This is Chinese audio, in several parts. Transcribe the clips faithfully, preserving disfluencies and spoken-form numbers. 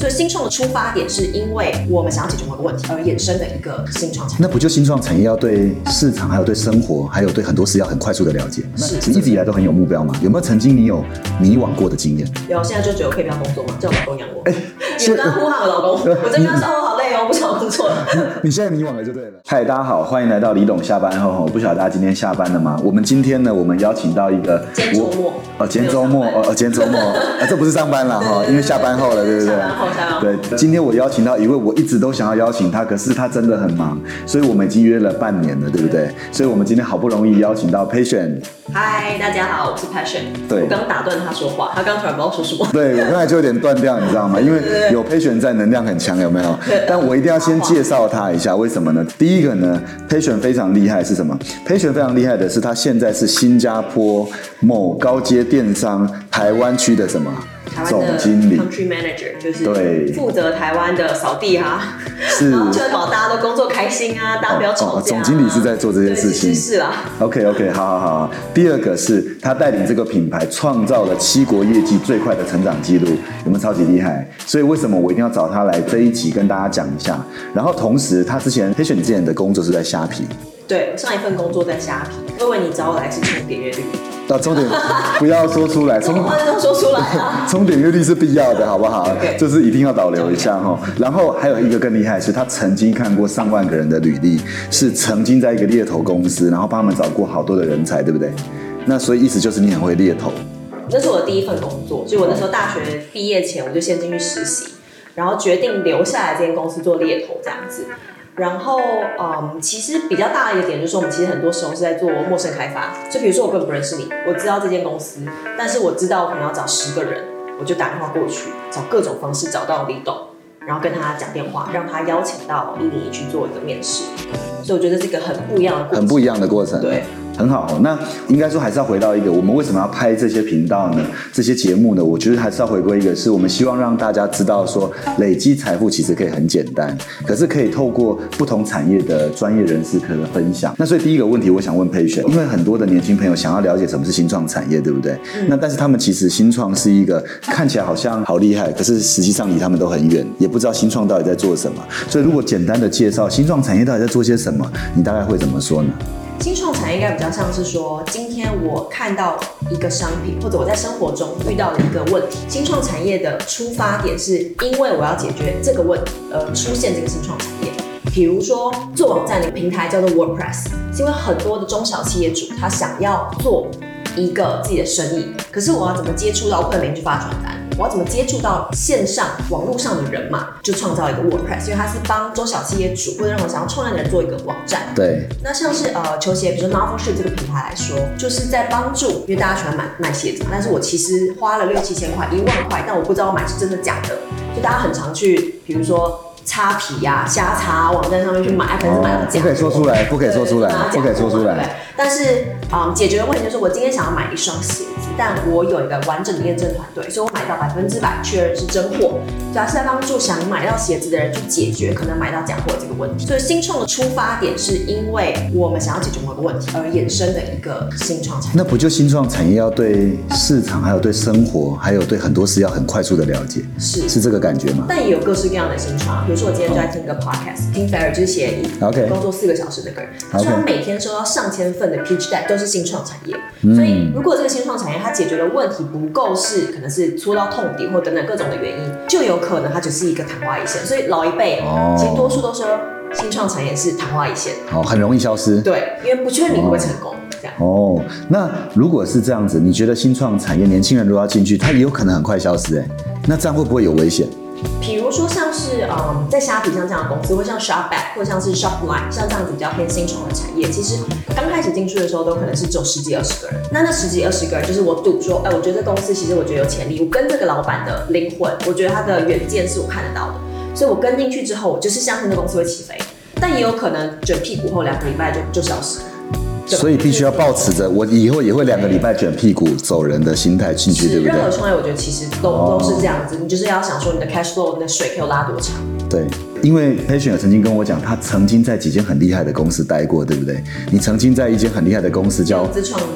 所以新创的出发点是因为我们想要解决某个问题而衍生的一个新创产业。 那不就新创产业要对市场，还有对生活，还有对很多事要很快速的了解？ 是， 你一直以来都很有目标吗？有没有曾经你有迷惘过的经验？ 有，现在就觉得我可以不要工作吗？叫我老公养我。哎、欸，你刚呼喊我老公，我真跟他说我好累哦，我不想工作了。 你现在迷惘了就对了。嗨，大家好，欢迎来到李董下班后。我不晓得大家今天下班了吗？我们今天呢，我们邀请到一个今天周末， 哦，今天周末，哦，今天周末，啊，这不是上班了哈，因为下班后了，对不对？ 下班后，下班后。 对，今天我邀请到一位我一直都想要邀请他，可是他真的很忙，所以我们已经约了半年了，对不对？所以我们今天好不容易邀请到 Passion。 嗨，大家好，我是 Passion。对，我刚打断他说话，他刚突然不知道说什么。 对，我刚才就有点断掉，你知道吗？因为有 Passion 在，能量很强，有没有？但我一定要先介绍他一下，为什么呢？第一个呢 ，Passion 非常厉害是什么 ？Passion 非常厉害的是，他现在是新加坡某高阶电商台湾区的什么？总经理 ，Country Manager 就是负责台湾的扫地啊，是，然后确保大家都工作开心啊，大家不要吵架、啊哦哦。 总经理是在做这些事情， 是啦。 OK OK， 好好好。第二个是他带领这个品牌创造了七国业绩最快的成长记录，有没有超级厉害？所以为什么我一定要找他来这一集跟大家讲一下？然后同时，他之前 Passion 你之前的工作是在虾皮。 对，我上一份工作在虾皮，我以为你找我来是冲点阅率。 到冲点不要说出来，冲点说出来啊！ 冲点阅率是必要的，好不好？ Okay. 就是一定要导流一下哈。然后还有一个更厉害的是，他曾经看过上万个人的履历，是曾经在一个猎头公司，然后帮他们找过好多的人才，对不对？那所以意思就是你很会猎头。 这是我的第一份工作，所以我那时候大学毕业前我就先进去实习，然后决定留下来这间公司做猎头这样子。然后，嗯，其实比较大的一个点就是说，我们其实很多时候是在做陌生开发。就比如说，我根本不认识你，我知道这间公司，但是我知道我可能要找十个人，我就打电话过去，找各种方式找到李董，然后跟他讲电话，让他邀请到一零一去做一个面试。所以我觉得这是一个很不一样的过程， 很不一样的过程。 对。 很好，那应该说还是要回到一个，我们为什么要拍这些频道呢？这些节目呢？我觉得还是要回归一个，是我们希望让大家知道说，累积财富其实可以很简单，可是可以透过不同产业的专业人士可的分享。那所以第一个问题，我想问Passion，因为很多的年轻朋友想要了解什么是新创产业，对不对？嗯、那但是他们其实新创是一个看起来好像好厉害，可是实际上离他们都很远，也不知道新创到底在做什么。所以如果简单的介绍新创产业到底在做些什么，你大概会怎么说呢？ 新创产业应该比较像是说，今天我看到一个商品，或者我在生活中遇到了一个问题。新创产业的出发点是因为我要解决这个问题而出现这个新创产业。比如说做网站的平台叫做 WordPress， 是因为很多的中小企业主他想要做一个自己的生意，可是我要怎么接触到客人去发传单？我要怎么接触到线上网络上的人嘛？就创造一个 WordPress， 因为它是帮中小企业主或者任何想要创业的人做一个网站。 对。 那像是呃球鞋，比如说 Novel Shoe 这个品牌来说，就是在帮助，因为大家喜欢买卖鞋子嘛，但是我其实花了六七千块、一万块，但我不知道买是真的假的，就大家很常去，比如说。擦皮呀、啊、瞎擦，网站上面去买，可能是买到假、哦。 不可以说出来，不可以说出来，不可以说出来。 但是，嗯，解决的问题就是，我今天想要买一双鞋子，但我有一个完整的验证团队，所以我买到百分之百确认是真货。主要是在帮助想买到鞋子的人去解决可能买到假货这个问题。所以新创的出发点是因为我们想要解决某个问题而衍生的一个新创产业。 那不就新创产业要对市场，还有对生活，还有对很多事要很快速的了解， 是是这个感觉吗？ 但也有各式各样的新创，比如说我今天就在听一个 podcast， 听 Fair 就是写一 OK 工作四个小时的人，他说他每天收到上千份的 pitch deck 都是新创产业， 嗯、 所以如果这个新创产业它解决的问题不够是可能是戳到痛点或等等各种的原因，就有可能它只是一个昙花一现。所以老一辈、哦、其实多数都说新创产业是昙花一现， 哦，很容易消失。 对，因为不确定你会不会成功。哦哦，那如果是这样子，你觉得新创产业年轻人如果要进去，它也有可能很快消失哎，那这样会不会有危险？ 比如说像是嗯，在虾皮像这样的公司，或像 Shopback 或像是 Shopline 像这样子比较偏新创的产业，其实刚开始进去的时候都可能是只有十几二十个人。那那十几二十个人就是我赌说，哎、欸，我觉得这公司其实我觉得有潜力，我跟这个老板的灵魂，我觉得他的远见是我看得到的，所以我跟进去之后，我就是相信这公司会起飞，但也有可能卷屁股后两个礼拜就就消失。 所以必须要抱持着我以后也会两个礼拜卷屁股走人的心态进去，对不对？ 任何创业我觉得其实都、哦、都是这样子，你就是要想说你的 cash flow 你的水可以拉多长。 对，因为 Passion 有曾经跟我讲，他曾经在几间很厉害的公司待过，对不对？你曾经在一间很厉害的公司叫自创那么厉害。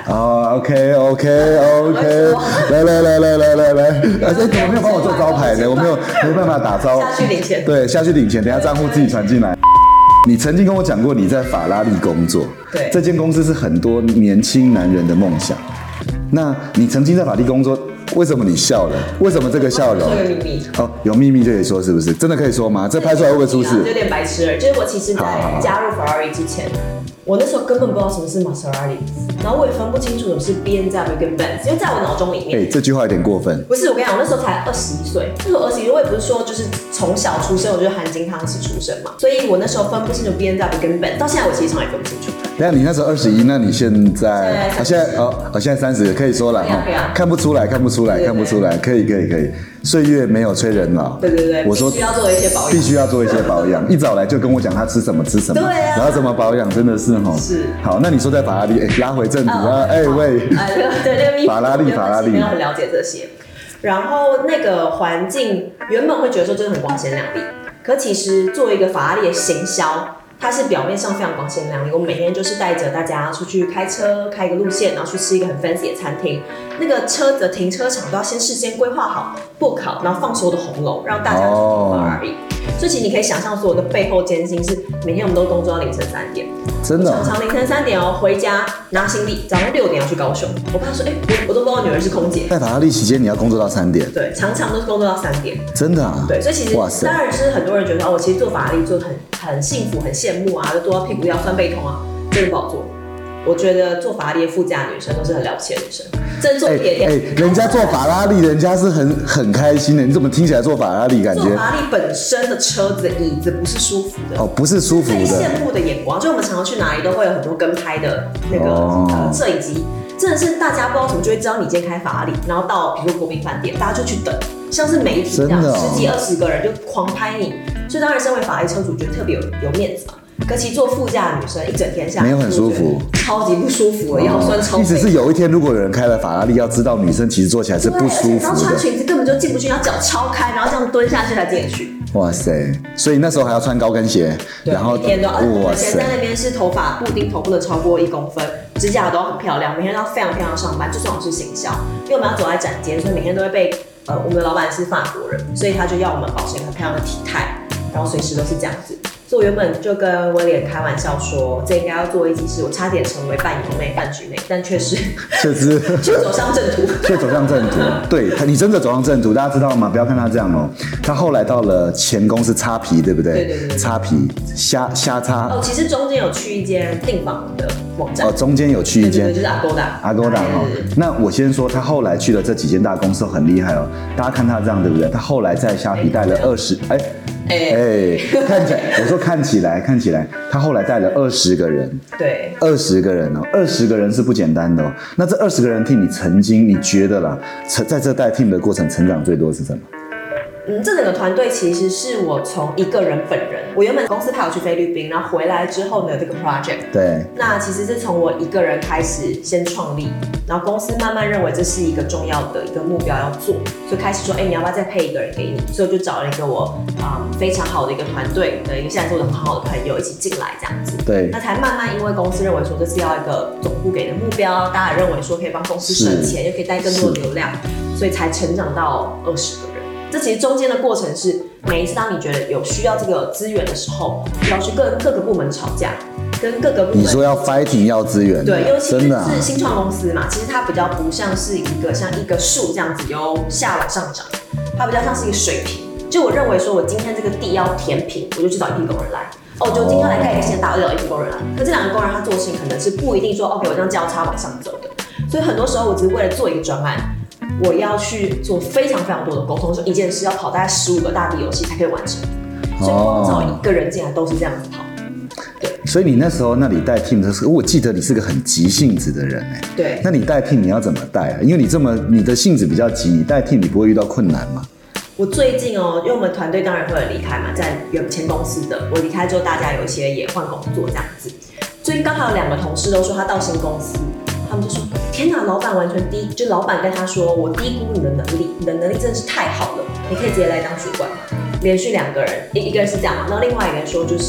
哦 ，OK OK OK， 来来来来来来来，哎，怎么没有帮我做招牌呢？我没有没办法打招。 下去领钱。 对，下去领钱，等一下账户自己传进来。你曾经跟我讲过你在法拉利工作， 对， 这间公司是很多年轻男人的梦想。那你曾经在法拉利工作，为什么你笑了？为什么这个笑容？ 有秘密哦，有秘密就可以说，是不是？真的可以说吗？这拍出来会不会出事？ 有点白痴了。就是我其实在加入法拉利之前，我那时候根本不知道什么是玛莎拉蒂，然后我也分不清楚什么是 B M W 跟 Benz， 因为在我脑中里面， 哎、欸，这句话有点过分。 不是，我跟你讲，我那时候才二十一岁，那时候二十一岁，我也不是说就是从小出生我就是含金汤匙出生嘛，所以我那时候分不清楚 B M W 跟 Benz， 到现在我其实从来分不清楚。 等一下你那时候二十一，那你现在啊现在哦哦现在三十，可以说了哈、哦，看不出来，看不出来，对对对看不出来，可以可以可以，岁月没有催人老。 对对对， 我说必须要做一些保养， 必须要做一些保养。一早来就跟我讲他吃什么吃什么， 对啊， 然后怎么保养，真的是哈、哦。 是。 好，那你说在法拉利，哎，拉回正题啊，哎、哦、喂， 哎对对那个法拉利法拉利， 没有很了解这些。然后那个环境原本会觉得说真的很光鲜亮丽，可其实作为一个法拉利的行销，它是表面上非常光鲜亮丽。我们每天就是带着大家出去开车，开一个路线，然后去吃一个很 fancy 的餐厅。那个车子的停车场都要先事先规划好 book 好，然后放所有的红龙，让大家坐法拉利。所以其实你可以想象，所有的背后艰辛是每天我们都工作到凌晨三点， 真的、哦， 常常凌晨三点哦回家拿行李，早上六点要去高雄。我爸说，哎、欸，我我都不知道女儿是空姐。 在法拉利期间你要工作到三点？ 对，常常都是工作到三点。 真的啊？ 对，所以其实当然是很多人觉得哦，我其实做法拉利做得很很幸福、很羡慕啊，就做到屁股要酸背痛啊，真的不好做。我觉得做法拉利的副驾女生都是很了不起的女生，真做铁天。 哎、欸欸，人家做法拉利，人家是很很开心的。你怎么听起来做法拉利感觉？ 做法拉利本身的车子、椅子不是舒服的。 哦，不是舒服的。 羡慕的眼光，就我们常常去哪里都会有很多跟拍的那个、哦、呃摄影机，真的是大家不知道怎么就会知道你今天开法拉利，然后到比如说国宾饭店，大家就去等，像是媒体这样、哦、十几二十个人就狂拍你，所以当然身为法拉利车主觉得特别有有面子嘛。可其实坐副驾的女生一整天下来没有很舒服， 超级不舒服的，腰酸超背。 意思是有一天如果有人开了法拉利，要知道女生其实坐起来是不舒服的。 然后穿裙子根本就进不去，然后脚超开，然后这样蹲下去才进得去。 哇塞！所以那时候还要穿高跟鞋，然后每天都要。 哇塞！在那边是头发固定头不能超过一公分，指甲都要很漂亮，每天都要非常非常上班。就算我是行销，因为我们要走在展间，所以每天都会被呃我们的老板是法国人，所以他就要我们保持一个很漂亮的体态，然后随时都是这样子。所以我原本就跟威廉开玩笑说，这应该要做一集是我差点成为半友妹、半局妹，但确实确实却走上正途， 却走上正途。对，你真的走上正途，大家知道吗？不要看他这样哦，他后来到了前公司擦皮，对不对？ 对对 对, 對。 擦皮瞎瞎擦。 哦，其实中间有去一间订房的网站。 哦，中间有去一间， 对对对，就是 Agoda。Agoda 哦。那我先说，他后来去了这几间大公司很厉害哦。大家看他这样，对不对？他后来在虾皮带了二十，哎。哎、欸，看起来，我说看起来，看起来，他后来带了二十个人， 对， 二十个人哦，二十个人是不简单的哦。那这二十个人 team， 你曾经你觉得啦，在这带 team 的过程，成长最多是什么？ 嗯，这整个团队其实是我从一个人本人，我原本公司派我去菲律宾，然后回来之后呢，这个 project， 对， 那其实是从我一个人开始先创立，然后公司慢慢认为这是一个重要的一个目标要做，所以开始说，哎、欸，你要不要再配一个人给你？所以我就找了一个我啊、嗯、非常好的一个团队的一个现在做的很好的朋友一起进来这样子， 对， 那才慢慢因为公司认为说这是要一个总部给的目标，大家也认为说可以帮公司省钱，又可以带更多的流量，所以才成长到二十个人。这其实中间的过程是，每一次当你觉得有需要这个资源的时候，要去跟各个部门吵架，跟各个部门。 你说要 fighting 要资源， 对，尤其是啊、 新创公司嘛，其实它比较不像是一个像一个树这样子由下往上涨，它比较像是一个水平。就我认为说，我今天这个地要填平，我就去找一批工人来。哦，就今天来盖一个线大，我就找一批工人来。可这两个工人他做事情可能是不一定说 OK， 我这样交叉往上走的。所以很多时候我只是为了做一个专案。我要去做非常非常多的沟通，说一件事要跑大概十五个大地游戏才可以完成，所以光找一个人进来都是这样子跑。对， 所以你那时候那里带 team 的时候，我记得你是个很急性子的人哎。 对。 那你带 team 你要怎么带啊？因为你这么你的性子比较急，你带 team 你不会遇到困难吗？ 我最近哦，因为我们团队当然会有离开嘛，在原前公司的，我离开之后，大家有一些也换工作这样子。最近刚好有两个同事都说他到新公司。他们就说：“天哪，老板完全低，就老板跟他说，我低估你的能力，你的能力真的是太好了，你可以直接来当主管。”连续两个人，一一个人是这样嘛，然后另外一个人说，就是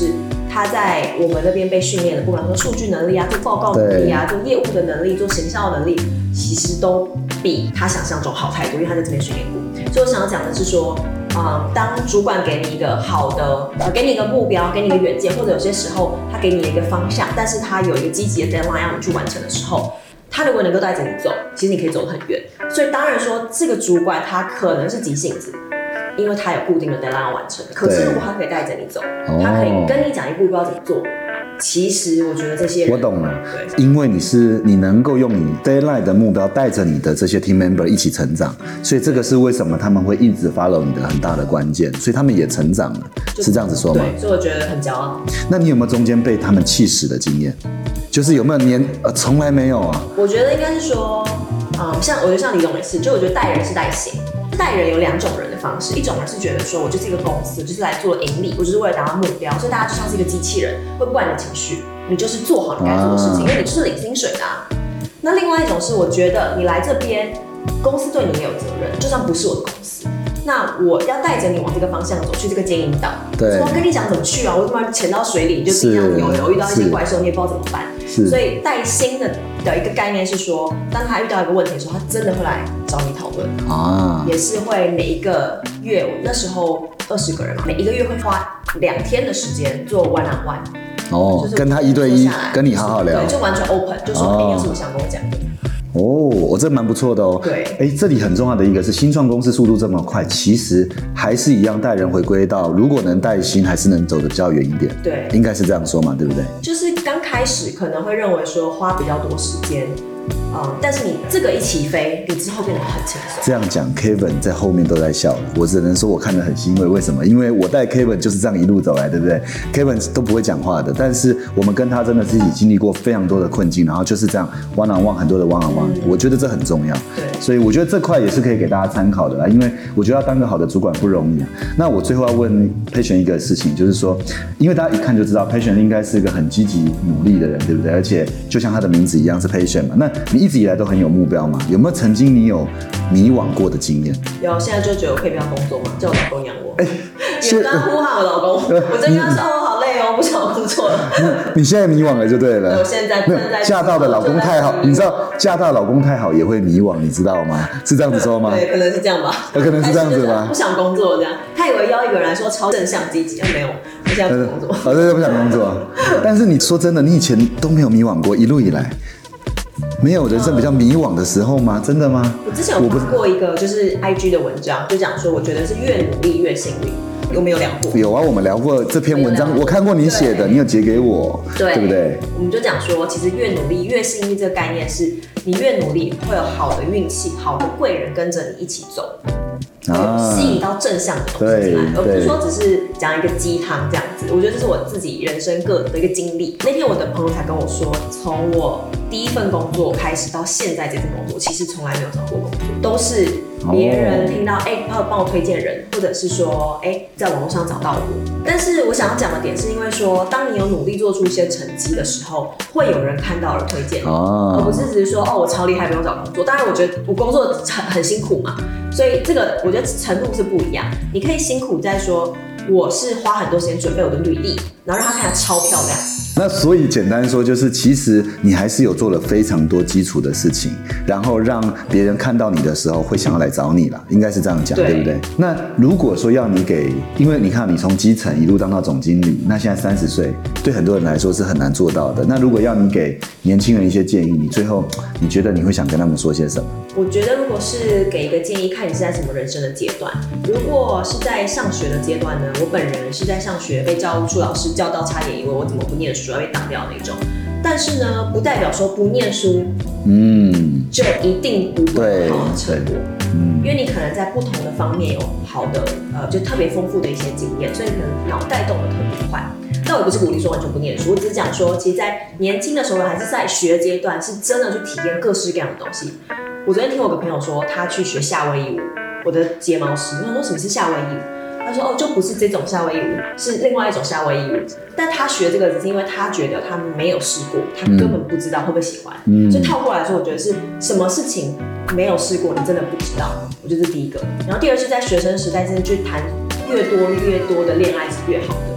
他在我们那边被训练的，不管说数据能力啊、做报告能力啊、做业务的能力、做行销能力，其实都比他想象中好太多，因为他在这边训练过。所以我想要讲的是说，嗯，当主管给你一个好的，呃，给你一个目标，给你一个远见，或者有些时候他给你一个方向，但是他有一个积极的 deadline 要你去完成的时候，他如果能够带着你走，其实你可以走得很远。所以当然说，这个主管他可能是急性子，因为他有固定的 deadline 要完成。可是如果他可以带着你走，他可以跟你讲一步一步要怎么做。其实我觉得这些人我懂了， 对， 因为你是你能够用你 deadline 的目标带着你的这些 team member 一起成长，所以这个是为什么他们会一直 follow 你的很大的关键，所以他们也成长了，是这样子说吗？ 对，所以我觉得很骄傲。 那你有没有中间被他们气死的经验？就是有没有年呃从来没有啊？ 我觉得应该是说，嗯，像我觉得像李总也是，就我觉得带人是带心。带人有两种人的方式，一种人是觉得说我就是一个公司，我就是来做盈利，我就是为了达到目标，所以大家就像是一个机器人，会不管你的情绪，你就是做好你该做的事情，啊、因为你就是领薪水的、啊。那另外一种是我觉得你来这边，公司对你也有责任，就算不是我的公司，那我要带着你往这个方向走，去这个接引导。 对， 我跟你讲怎么去啊，我他妈潜到水里你就自己这样游游，遇到一些怪兽你也不知道怎么办。所以带薪的的一个概念是说，当他遇到一个问题的时候，他真的会来找你讨论啊，也是会每一个月，我那时候二十个人嘛，每一个月会花两天的时间做 one on one， 哦，就是跟他一对一，跟你好好聊， 对，就完全 open， 就说哎，你有什么想跟我讲的。 哦，我这蛮不错的哦。 对， 哎，这里很重要的一个是新创公司速度这么快，其实还是一样带人回归到，如果能带薪，还是能走得比较远一点。 对， 应该是这样说嘛，对不对？ 就是刚开始可能会认为说花比较多时间。嗯，但是你这个一起飞，你之后变得很轻松。 这样讲 ，Kevin 在后面都在笑了，我只能说我看得很欣慰。为什么？因为我带 Kevin 就是这样一路走来，对不对 ？Kevin 都不会讲话的，但是我们跟他真的是一起经历过非常多的困境，然后就是这样 one on one 很多的 one on one，、嗯、我觉得这很重要。 对， 所以我觉得这块也是可以给大家参考的啦，因为我觉得要当个好的主管不容易啊。那我最后要问佩璇一个事情，就是说，因为大家一看就知道佩璇应该是一个很积极努力的人，对不对？而且就像他的名字一样是佩璇嘛，那你一直以来都很有目标嘛？有没有曾经你有迷惘过的经验？ 有，现在就觉得我可以不要工作嘛，叫我老公养我。哎、欸，也刚呼喊我老公，我真跟他说我好累哦，我不想工作了。 你现在迷惘了就对了。 我现在真的在嫁到的老公太好，你知道嫁到老公太好也会迷惘，你知道吗？是这样子说吗？ 对，可能是这样吧。 可能是这样子吧。 不想工作这样，他以为邀一个人来说超正向积极，没有，我现在不工作。 哦，对，不想工作。但是你说真的，你以前都没有迷惘过，一路以来。没有人生比较迷惘的时候吗？真的吗？ 我之前有发过一个就是 I G 的文章，就讲说我觉得是越努力越幸运。有没有聊过？有啊，我们聊过这篇文章，我看过你写的，你有截给我，对，对不对？ 我们就讲说，其实越努力越幸运这个概念是，你越努力会有好的运气、好的贵人跟着你一起走。啊、吸引到正向的东西进来，而不是说只是讲一个鸡汤这样子。我觉得这是我自己人生个的一个经历。那天我的朋友才跟我说，从我第一份工作开始到现在这份工作，其实从来没有找过工作，都是别人听到哎，帮、哦、帮我推荐人，或者是说哎，在网络上找到我。但是我想要讲的点是因为说，当你有努力做出一些成绩的时候，会有人看到而推荐你，哦、而不是只是说哦，我超厉害，不用找工作。当然，我觉得我工作很很辛苦嘛。所以这个我觉得程度是不一样，你可以辛苦在说我是花很多时间准备我的履历，然后让它看起来超漂亮。 那所以简单说就是，其实你还是有做了非常多基础的事情，然后让别人看到你的时候会想要来找你啦，应该是这样讲， 对, 对不对？那如果说要你给，因为你看你从基层一路当到总经理，那现在三十岁，对很多人来说是很难做到的。那如果要你给年轻人一些建议，你最后你觉得你会想跟他们说些什么？ 我觉得如果是给一个建议，看你是在什么人生的阶段。如果是在上学的阶段呢，我本人是在上学，被教务处老师教到差点以为我怎么不念书要被挡掉那种。但是呢，不代表说不念书，嗯，就一定不会有好的成果。嗯，因为你可能在不同的方面有好的呃，就特别丰富的一些经验，所以你可能脑袋动得特别快。但我不是鼓励说完全不念书，我只是讲说，其实，在年轻的时候还是在学阶段，是真的去体验各式各样的东西。我昨天听我个朋友说，他去学夏威夷舞，我的睫毛师，我说什么是夏威夷舞？他说哦，就不是这种夏威夷舞，是另外一种夏威夷舞。但他学这个只是因为他觉得他没有试过，他根本不知道会不会喜欢。嗯、所以套过来说，我觉得是什么事情没有试过，你真的不知道。我觉得这是第一个。然后第二是在学生时代，真的去谈越多越多的恋爱是越好的。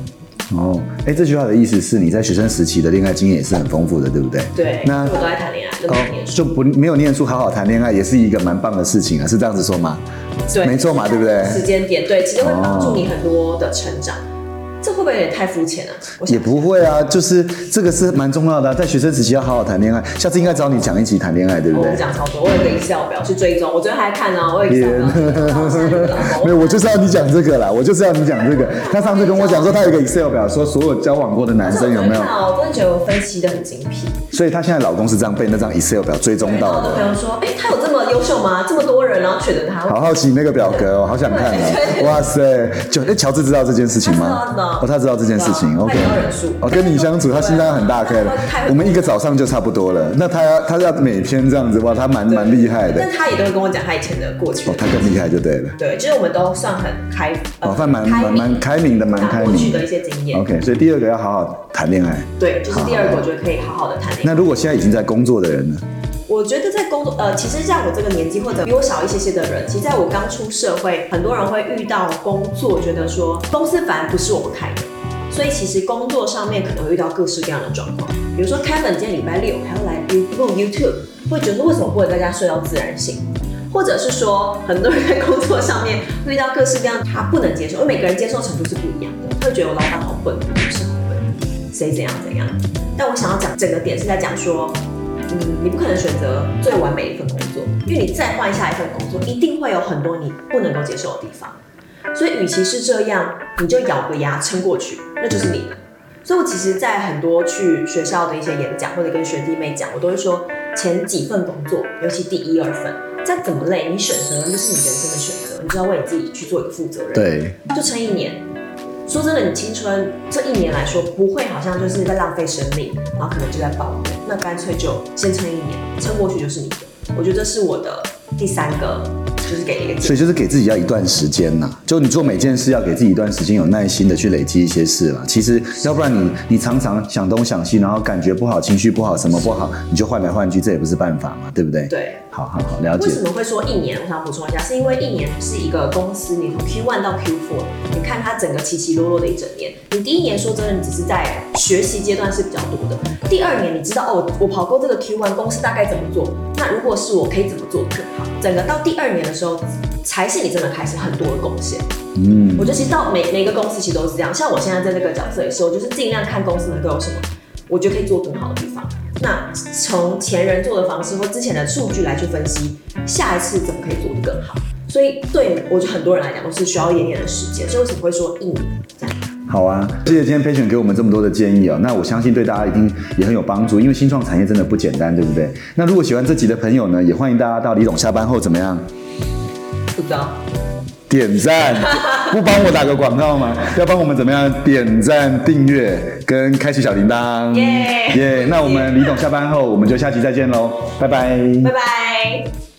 哦，哎，这句话的意思是你在学生时期的恋爱经验也是很丰富的，对不对？ 对， 那我都在谈恋爱，都没有念书， 就不没有念书，好好谈恋爱也是一个蛮棒的事情啊，是这样子说吗？ 对， 没错嘛，对不对？ 时间点对，其实会帮助你很多的成长。哦，这会不会有点太肤浅了？ 也不会啊，就是这个是蛮重要的、啊，在学生时期要好好谈恋爱。下次应该找你讲一集谈恋爱，对不对？ 我讲超多，我有个 Excel 表去追踪，我昨天还看呢，我有 Excel 表。 没有，我就是要你讲这个啦，我就是要你讲这个。他上次跟我讲说，他有一个 Excel 表，说所有交往过的男生有没有？ 我真的觉得我分析的很精辟。 所以她现在老公是这样被那张 Excel 表追踪到的。 我的朋友说，哎、欸，他有这么优秀吗？这么多人然后选择他， 好好奇那个表格哦，好想看哦。哇塞，就哎，乔治知道这件事情吗？ 他知道， 哦，他知道这件事情。OK， 我、 哦、跟你相处，他心脏很大开了。我们一个早上就差不多了。那他要他要每天这样子，哇，他蛮蛮厉害的。 但他也都会跟我讲他以前的过去的。 哦，他更厉害就对了。 对，就是我们都算很开， 哦，算蛮蛮蛮开明的，蛮开明。 过去的一些经验。 OK， 所以第二个要好好谈恋爱。 对，就是第二个，我觉得可以好好的谈恋爱。 那如果现在已经在工作的人呢？ 我觉得在工作，呃，其实像我这个年纪或者比我小一些些的人，其实在我刚出社会，很多人会遇到工作，觉得说公司反而不是我们开的。所以其实工作上面可能会遇到各式各样的状况，比如说 Kevin 今天礼拜六还要来录 YouTube， 会觉得说为什么不能在家睡到自然醒？或者是说很多人在工作上面会遇到各式各样他不能接受，因为每个人接受程度是不一样的，他会觉得我老板好笨，我不是好笨，谁怎样怎样。但我想要讲整个点是在讲说，嗯，你不可能选择最完美的一份工作，因为你再换下一份工作，一定会有很多你不能够接受的地方。所以，与其是这样，你就咬个牙撑过去，那就是你的。所以我其实，在很多去学校的一些演讲，或者跟学弟妹讲，我都会说，前几份工作，尤其第一二份，这样怎么累，你选择那就是你人生的选择，你就要为你自己去做一个负责任。 对， 就撑一年。说真的，你青春这一年来说，不会好像就是在浪费生命，然后可能就在抱怨，那干脆就先撑一年，撑过去就是你的。我觉得这是我的第三个。就是给一个， 所以就是给自己要一段时间呐，就你做每件事要给自己一段时间，有耐心的去累积一些事啦。其实要不然你你常常想东想西，然后感觉不好，情绪不好，什么不好，你就换来换去，这也不是办法嘛，对不对？ 对， 好好好，了解。 为什么会说一年？我想补充一下，是因为一年是一个公司，你从 Q 一 到 Q 四，你看它整个起起落落的一整年。你第一年说真的，你只是在学习阶段是比较多的。第二年你知道哦，我跑过这个 Q 一 公司大概怎么做，那如果是我可以怎么做得更好？整个到第二年的时候。才是你真的开始很多的贡献。嗯，我觉得其实到每每个公司其实都是这样。像我现在在这个角色也是，我就是尽量看公司能够有什么，我觉得可以做更好的地方。那从前人做的方式或之前的数据来去分析，下一次怎么可以做得更好。所以对我觉得很多人来讲都是需要一点点的时间。所以为什么会说一年这样？ 好啊，谢谢今天佩璇给我们这么多的建议哦。那我相信对大家一定也很有帮助，因为新创产业真的不简单，对不对？那如果喜欢这集的朋友呢，也欢迎大家到李董下班后怎么样？ 不知道， 点赞，不帮我打个广告吗？要帮我们怎么样？点赞、订阅跟开启小铃铛，耶耶！那我们李董下班后，我们就下期再见喽，拜拜， 拜拜。